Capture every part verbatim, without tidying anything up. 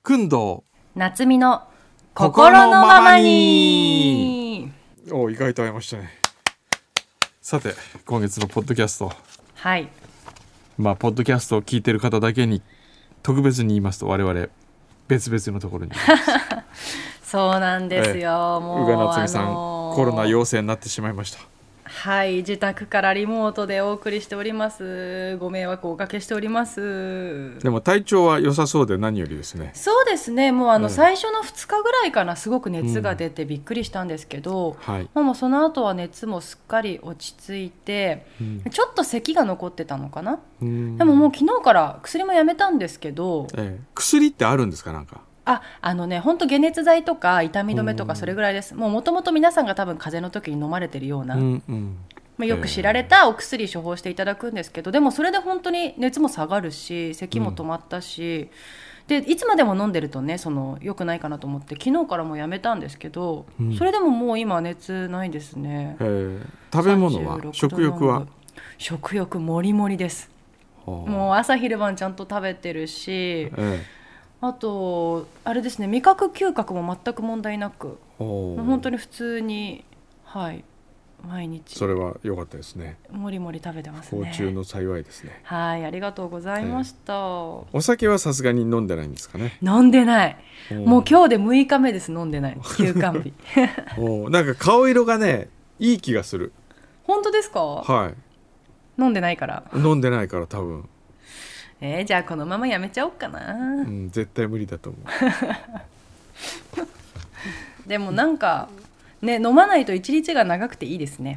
くんどう夏美の心のままに。 お意外と会いましたね。さて今月のポッドキャスト、 はいまあポッドキャストを聞いてる方だけに特別に言いますと、我々別々のところにいますそうなんですよ、 ええ、 もう宇賀夏美さん、 あのー、 コロナ陽性になってしまいました。 はい、自宅からリモートでお送りしております。ご迷惑をおかけしております。 でも体調は良さそうで何よりですね。 そうですね、もうあのええ最初のふつかぐらいかな、すごく熱が出てびっくりしたんですけど、 はい、 もうその後は熱もすっかり落ち着いて、 うん、 ちょっと咳が残ってたのかな。 うんでももう昨日から薬もやめたんですけど、 ええ、薬ってあるんですか？なんかあ、あのね、本当解熱剤とか痛み止めとかそれぐらいです。もう元々皆さんが多分風邪の時に飲まれてるような、 うんうんまあ、よく知られたお薬処方していただくんですけど、でもそれで本当に熱も下がるし咳も止まったし、うん、でいつまでも飲んでるとね、その良くないかなと思って昨日からもうやめたんですけど、うん、それでももう今熱ないですね。 え食べ物は食欲は食欲もりもりです。もう朝昼晩ちゃんと食べてるし、ええ、あとあれですね、味覚嗅覚も全く問題なく、もう本当に普通に、はい、毎日それは良かったですね。 もりもり食べてますね。 幸中の幸いですね。 はい、ありがとうございました、えー、お酒はさすがに飲んでないんですかね？ 飲んでない。もう今日でむいかめです。飲んでない休館日おなんか顔色がねいい気がする。 本当ですか？ はい、 飲んでないから。 飲んでないから多分えー、じゃあこのままやめちゃおうかな、 うん、絶対無理だと思うでもなんかね、飲まないと一日が長くていいですね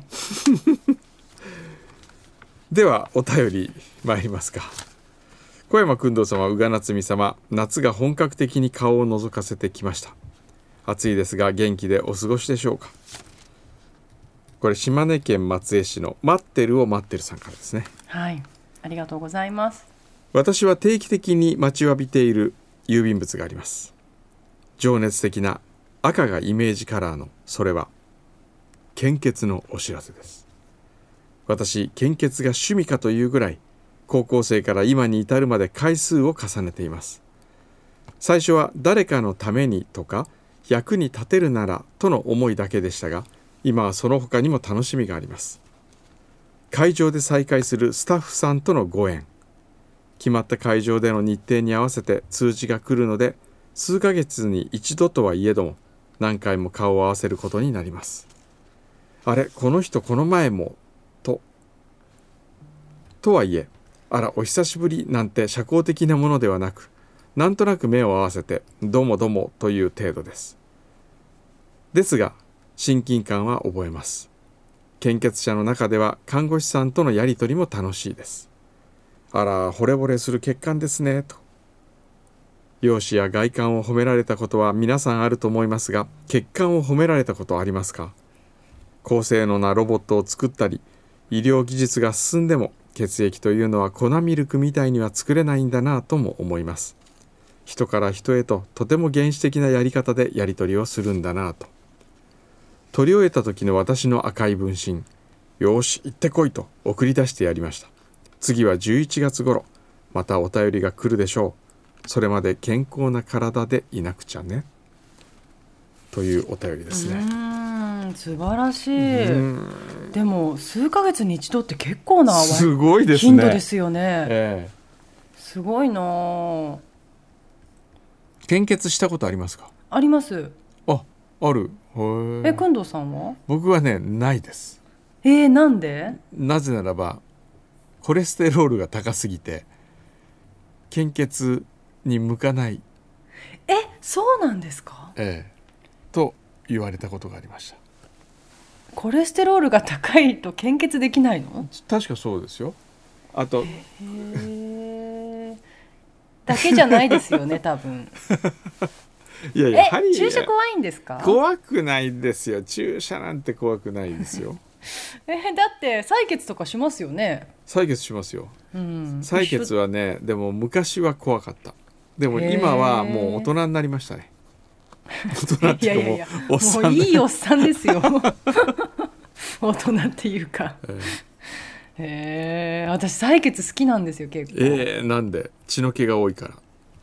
ではお便り参りますか。小山君堂様、宇賀夏美様、夏が本格的に顔を覗かせてきました。暑いですが元気でお過ごしでしょうか。これ島根県松江市の待ってるを待ってるさんからですね。 はい、ありがとうございます。 私は定期的に待ちわびている郵便物があります。情熱的な赤がイメージカラーの、それは献血のお知らせです。私、献血が趣味かというぐらい、高校生から今に至るまで回数を重ねています。最初は誰かのためにとか役に立てるならとの思いだけでしたが、今はその他にも楽しみがあります。会場で再会するスタッフさんとのご縁、決まった会場での日程に合わせて通知が来るので、数ヶ月に一度とはいえども何回も顔を合わせることになります。あれ、この人この前もととはいえ、あらお久しぶりなんて社交的なものではなく、なんとなく目を合わせてどうもどうもという程度です。ですが親近感は覚えます。献血者の中では看護師さんとのやりとりも楽しいです。あら惚れ惚れする血管ですねと。容姿や外観を褒められたことは皆さんあると思いますが、血管を褒められたことありますか？高性能なロボットを作ったり、医療技術が進んでも血液というのは粉ミルクみたいには作れないんだなとも思います。人から人へととても原始的なやり方でやり取りをするんだなと。取り終えた時の私の赤い分身、よーし行ってこいと送り出してやりました。次はじゅういちがつ頃、またお便りが来るでしょう。それまで健康な体でいなくちゃね、というお便りですね。 うーん、素晴らしい。でも数ヶ月に一度って結構なすごいですね、 頻度ですよね、 ええ、 すごいな。 献血したことありますか？ あります。 あ、ある。 え、くんどうさんは？ 僕はね、ないです。 えー、なんで？ なぜならばコレステロールが高すぎて献血に向かない。 え、そうなんですか？ ええ、と言われたことがありました。 コレステロールが高いと献血できないの？ 確かそうですよ。あとへだけじゃないですよね多分いやいや、 え、 針注射怖いんですか？ 怖くないですよ。注射なんて怖くないですよえ、だって採血とかしますよね。 採血しますよ、 うん、 採血はね。でも昔は怖かった。でも今はもう大人になりましたね。大人っていうかもういやいやいや、 おっさん、 もういいおっさんですよ大人っていうか、えーへえ、私採血好きなんですよ結構。 えー、なんで？血の気が多いから。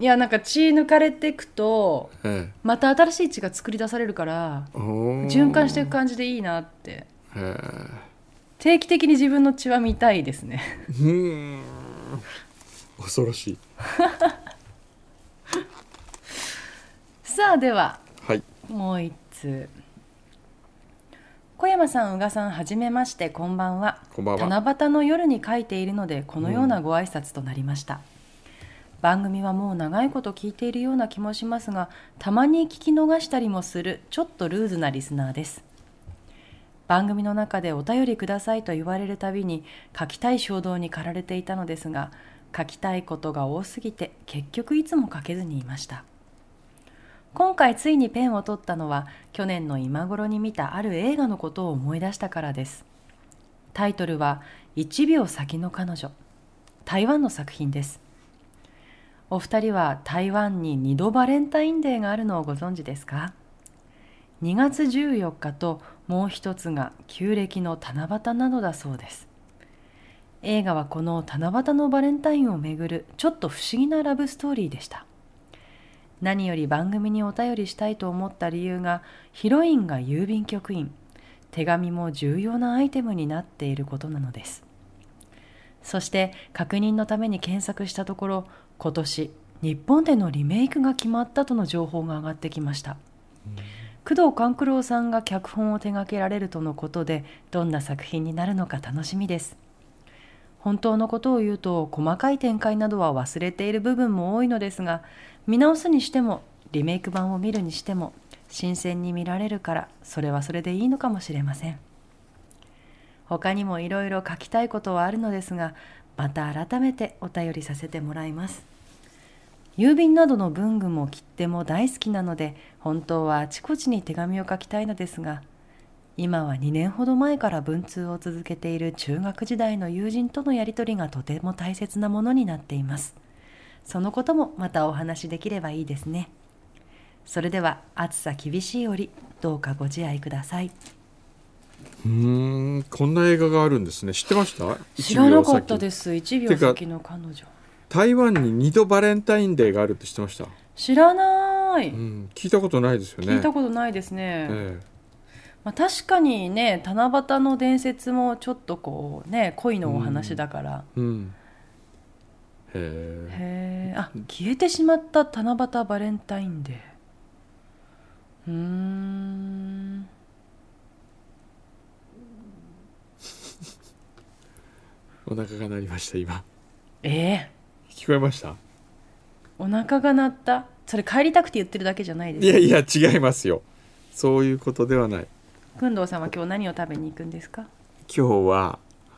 いやなんか血抜かれていくとええ、 また新しい血が作り出されるから循環していく感じでいいなって。 え定期的に自分の血は見たいですね。 うーん、恐ろしい。 さあでは、 はい、 もう一通。小山さん、宇賀さん、はじめまして、こんばんは。 こんばんは。 七夕の夜に書いているのでこのようなご挨拶となりました、うん、番組はもう長いこと聞いているような気もしますが、たまに聞き逃したりもするちょっとルーズなリスナーです。番組の中でお便りくださいと言われるたびに書きたい衝動に駆られていたのですが、書きたいことが多すぎて結局いつも書けずにいました。今回ついにペンを取ったのは去年の今頃に見たある映画のことを思い出したからです。タイトルはいちびょう先の彼女。台湾の作品です。お二人は台湾ににどバレンタインデーがあるのをご存知ですか？にがつじゅうよっかともう一つが旧暦の七夕なのだそうです。映画はこの七夕のバレンタインをめぐるちょっと不思議なラブストーリーでした。何より番組にお便りしたいと思った理由が、ヒロインが郵便局員、手紙も重要なアイテムになっていることなのです。そして確認のために検索したところ、今年日本でのリメイクが決まったとの情報が上がってきました。宮藤官九郎さんが脚本を手掛けられるとのことで、どんな作品になるのか楽しみです。本当のことを言うと細かい展開などは忘れている部分も多いのですが、見直すにしてもリメイク版を見るにしても新鮮に見られるから、それはそれでいいのかもしれません。他にもいろいろ書きたいことはあるのですが、また改めてお便りさせてもらいます。郵便などの文具も切手も大好きなので、本当はあちこちに手紙を書きたいのですが、今はにねんほど前から文通を続けている中学時代の友人とのやり取りがとても大切なものになっています。そのこともまたお話しできればいいですね。それでは暑さ厳しい折、どうかご自愛ください。 うーん、こんな映画があるんですね。知ってました？ 知らなかったです。いちびょう先の彼女。 台湾ににどバレンタインデーがあるって知ってました？ 知らない、 うん、聞いたことないですよね。 聞いたことないですね、 ええ、 まあ、確かにね、七夕の伝説もちょっとこうね、恋のお話だから、 うんうん、へへえ、あ、消えてしまった七夕バレンタインデー。うーんお腹が鳴りました今。 ええー、聞こえました？ お腹が鳴った。それ帰りたくて言ってるだけじゃないです。 いやいや違いますよ。そういうことではない。 工藤さんは今日何を食べに行くんですか？ 今日は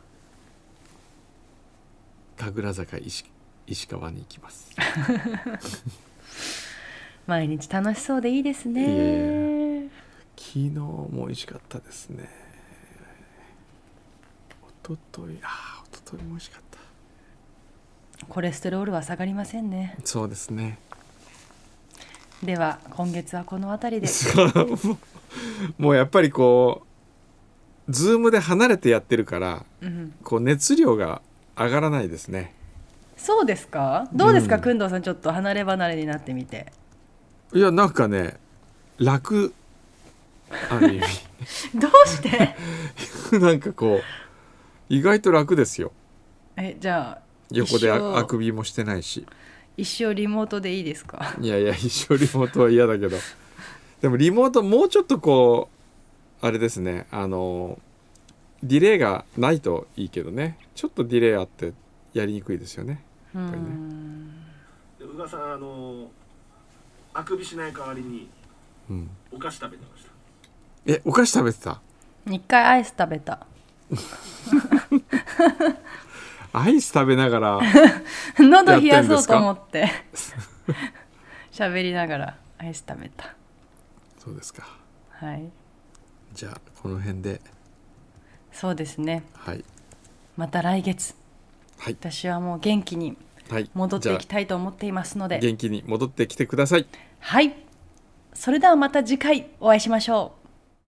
神楽坂 石, 石川に行きます毎日楽しそうでいいですね。 いやいや、昨日も美味しかったですね。おととい、あ、おとといも美味しかった。 コレステロールは下がりませんね。 そうですね。 では今月はこの辺りでもうやっぱりこうズームで離れてやってるから、うん、こう熱量が上がらないですね。 そうですか？どうですか、うん、工藤さん、ちょっと離れ離れになってみて。 いや、なんかね、楽、ある意味どうしてなんかこう意外と楽ですよ。え、 じゃあ横で あ, あくびもしてないし。 一生リモートでいいですか？ いやいや、一生リモートは嫌だけどでもリモートもうちょっとこうあれですね、あのディレイがないといいけどね。ちょっとディレイあってやりにくいですよね、やっぱりね。 宇賀さん、あのあくびしない代わりにお菓子食べてました、 うん、え、お菓子食べてた？ 一回アイス食べたアイス食べながら喉冷やそうと思って喋りながらアイス食べた。 そうですか。 はい。 じゃあこの辺で。 そうですね。 はい。 また来月、はい、私はもう元気に戻っていきたいと思っていますので、 元気に戻ってきてください。 はい。それではまた次回お会いしましょう。